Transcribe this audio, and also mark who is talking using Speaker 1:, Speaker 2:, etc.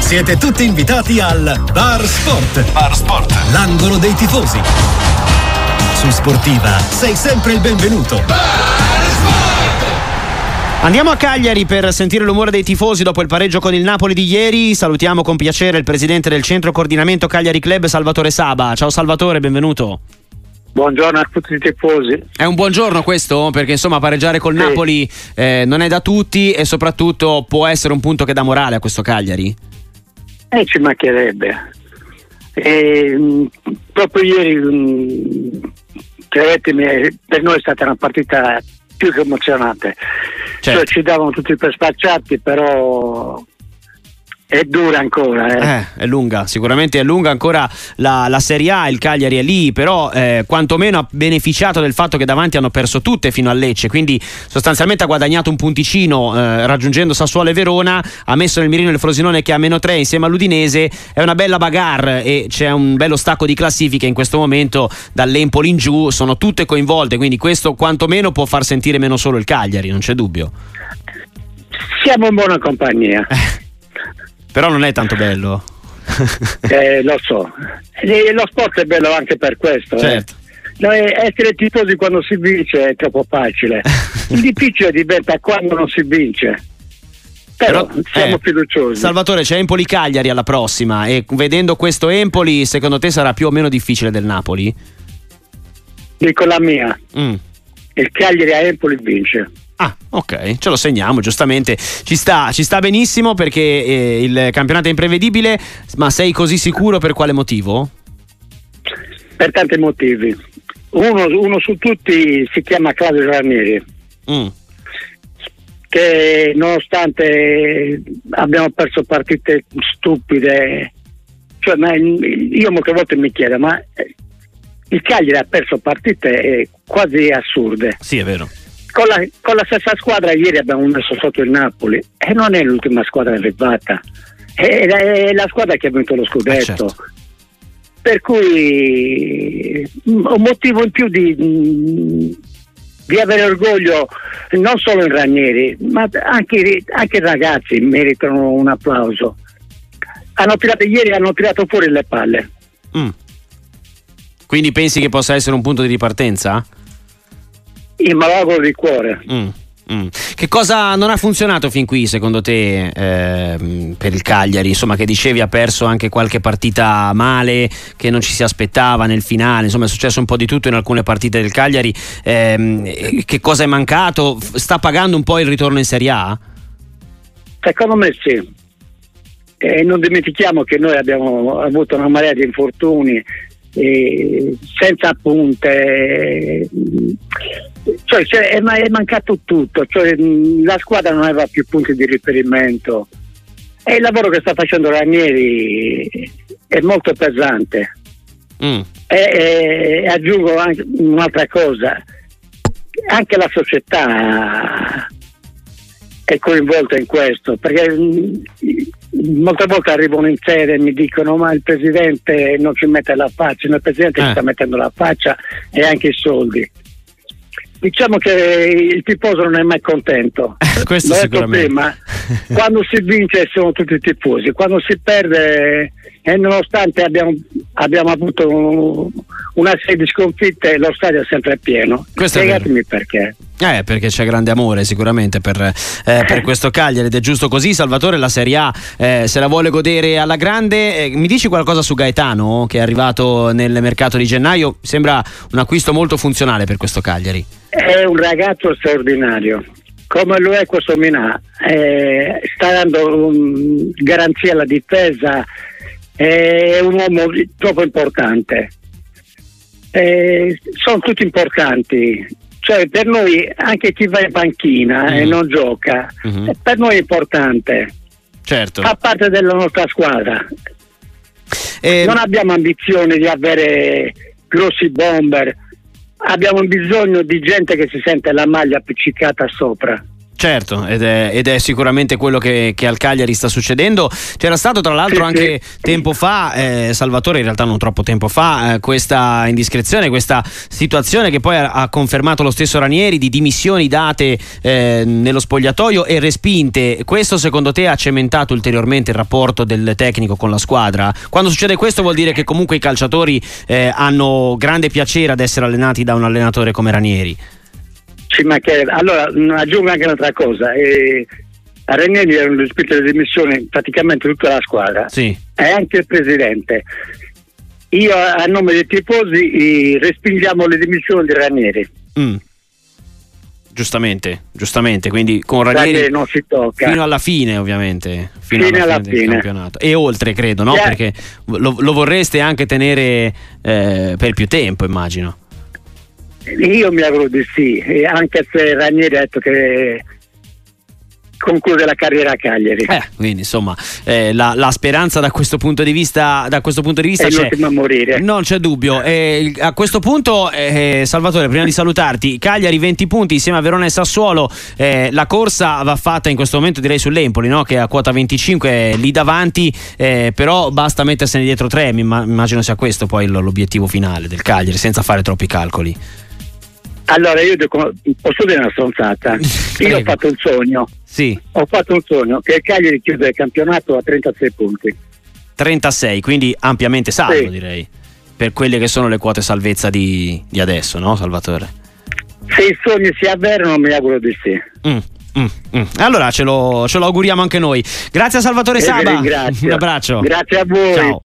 Speaker 1: Siete tutti invitati al Bar Sport.
Speaker 2: Bar Sport,
Speaker 1: l'angolo dei tifosi. Su Sportiva sei sempre il benvenuto.
Speaker 3: Andiamo a Cagliari per sentire l'umore dei tifosi dopo il pareggio con il Napoli di ieri. Salutiamo con piacere il presidente del centro coordinamento Cagliari Club, Salvatore Saba. Ciao Salvatore, benvenuto.
Speaker 4: Buongiorno a tutti i tifosi.
Speaker 3: È un buongiorno questo? Perché insomma pareggiare col Napoli non è da tutti e soprattutto può essere un punto che dà morale a questo Cagliari.
Speaker 4: Ci mancherebbe. Proprio ieri, credetemi, per noi è stata una partita più che emozionante.
Speaker 3: Certo.
Speaker 4: Cioè, ci davano tutti per spacciati, però è dura ancora.
Speaker 3: È lunga, sicuramente è lunga ancora la Serie A, il Cagliari è lì, però quantomeno ha beneficiato del fatto che davanti hanno perso tutte fino a Lecce, quindi sostanzialmente ha guadagnato un punticino raggiungendo Sassuolo e Verona, ha messo nel mirino il Frosinone che ha -3 insieme all'Udinese. È una bella bagarre e c'è un bello stacco di classifiche in questo momento, dall'Empoli in giù sono tutte coinvolte, quindi questo quantomeno può far sentire meno solo il Cagliari, non c'è dubbio.
Speaker 4: Siamo in buona compagnia.
Speaker 3: Però non è tanto bello.
Speaker 4: Lo so. Lo sport è bello anche per questo.
Speaker 3: Certo.
Speaker 4: Essere tifosi quando si vince è troppo facile. Il difficile diventa quando non si vince. Però siamo fiduciosi.
Speaker 3: Salvatore, c'è Empoli-Cagliari alla prossima e vedendo questo Empoli, secondo te sarà più o meno difficile del Napoli?
Speaker 4: Dico la mia. Il Cagliari a Empoli vince.
Speaker 3: Ah, ok, ce lo segniamo, giustamente. Ci sta benissimo perché il campionato è imprevedibile, ma sei così sicuro per quale motivo?
Speaker 4: Per tanti motivi. Uno su tutti si chiama Claudio Ranieri, che nonostante abbiamo perso partite stupide, cioè, ma io molte volte mi chiedo, ma il Cagliari ha perso partite quasi assurde.
Speaker 3: Sì, è vero.
Speaker 4: Con la stessa squadra ieri abbiamo messo sotto il Napoli e non è l'ultima squadra arrivata, è la squadra che ha vinto lo scudetto.
Speaker 3: Certo.
Speaker 4: Per cui un motivo in più di avere orgoglio non solo in Ranieri, ma anche i ragazzi meritano un applauso. Ieri hanno tirato fuori le palle.
Speaker 3: Quindi pensi che possa essere un punto di ripartenza?
Speaker 4: Io me lo auguro di cuore.
Speaker 3: Che cosa non ha funzionato fin qui secondo te per il Cagliari? Insomma, che dicevi ha perso anche qualche partita male che non ci si aspettava nel finale, insomma è successo un po' di tutto in alcune partite del Cagliari. Che cosa è mancato? Sta pagando un po' il ritorno in Serie A?
Speaker 4: Secondo me sì. Non dimentichiamo che noi abbiamo avuto una marea di infortuni, senza punte, cioè è mancato tutto, cioè la squadra non aveva più punti di riferimento e il lavoro che sta facendo Ranieri è molto pesante. E aggiungo anche un'altra cosa, anche la società è coinvolta in questo, perché molte volte arrivano in sede e mi dicono ma il presidente non ci mette la faccia, il presidente ci sta mettendo la faccia e anche i soldi. Diciamo che il tifoso non è mai contento.
Speaker 3: Questo
Speaker 4: l'ho detto prima, quando si vince sono tutti tifosi, quando si perde, e nonostante abbiamo avuto una serie di sconfitte, lo stadio è sempre pieno. Spiegatemi perché.
Speaker 3: Perché c'è grande amore sicuramente per questo Cagliari ed è giusto così. Salvatore, la Serie A se la vuole godere alla grande. Mi dici qualcosa su Gaetano che è arrivato nel mercato di gennaio? Sembra un acquisto molto funzionale per questo Cagliari.
Speaker 4: È un ragazzo straordinario, come lo è questo Minà, sta dando garanzia alla difesa, è un uomo troppo importante, sono tutti importanti, cioè per noi anche chi va in panchina e non gioca, per noi è importante,
Speaker 3: certo,
Speaker 4: fa parte della nostra squadra. Non abbiamo ambizione di avere grossi bomber, abbiamo bisogno di gente che si sente la maglia appiccicata sopra.
Speaker 3: Certo, ed è sicuramente quello che al Cagliari sta succedendo. C'era stato tra l'altro anche tempo fa, Salvatore, in realtà non troppo tempo fa, questa indiscrezione, questa situazione che poi ha confermato lo stesso Ranieri, di dimissioni date nello spogliatoio e respinte. Questo secondo te ha cementato ulteriormente il rapporto del tecnico con la squadra? Quando succede questo vuol dire che comunque i calciatori hanno grande piacere ad essere allenati da un allenatore come Ranieri.
Speaker 4: Ci mancherebbe. Allora aggiungo anche un'altra cosa, a Ranieri erano respinte le dimissioni praticamente tutta la squadra,
Speaker 3: sì,
Speaker 4: e anche il presidente. Io a nome dei tifosi respingiamo le dimissioni di Ranieri.
Speaker 3: Giustamente, quindi con Ranieri
Speaker 4: non si tocca
Speaker 3: fino alla fine, ovviamente, fino alla fine del campionato e oltre, credo, no? Perché lo vorreste anche tenere per più tempo, immagino.
Speaker 4: Io mi auguro di sì, anche se Ranieri ha detto che conclude la carriera a Cagliari.
Speaker 3: Quindi insomma la speranza da questo punto di vista
Speaker 4: è
Speaker 3: c'è.
Speaker 4: l'ultimo a morire.
Speaker 3: Non c'è dubbio. A questo punto, Salvatore, prima di salutarti, Cagliari 20 punti insieme a Verona e Sassuolo. La corsa va fatta in questo momento, direi, sull'Empoli, no? Che è a quota 25 è lì davanti, però basta mettersene dietro 3. Immagino sia questo poi l'obiettivo finale del Cagliari, senza fare troppi calcoli.
Speaker 4: Allora io posso dire una stronzata. Io ho fatto un sogno.
Speaker 3: Sì.
Speaker 4: Ho fatto un sogno che il Cagliari chiude il campionato a 36 punti.
Speaker 3: 36, quindi ampiamente salvo,
Speaker 4: sì,
Speaker 3: direi, per quelle che sono le quote salvezza di adesso, no, Salvatore?
Speaker 4: Se i sogni si avverano, mi auguro di sì.
Speaker 3: Allora ce lo auguriamo anche noi. Grazie a Salvatore Saba. Un abbraccio.
Speaker 4: Grazie a voi.
Speaker 3: Ciao.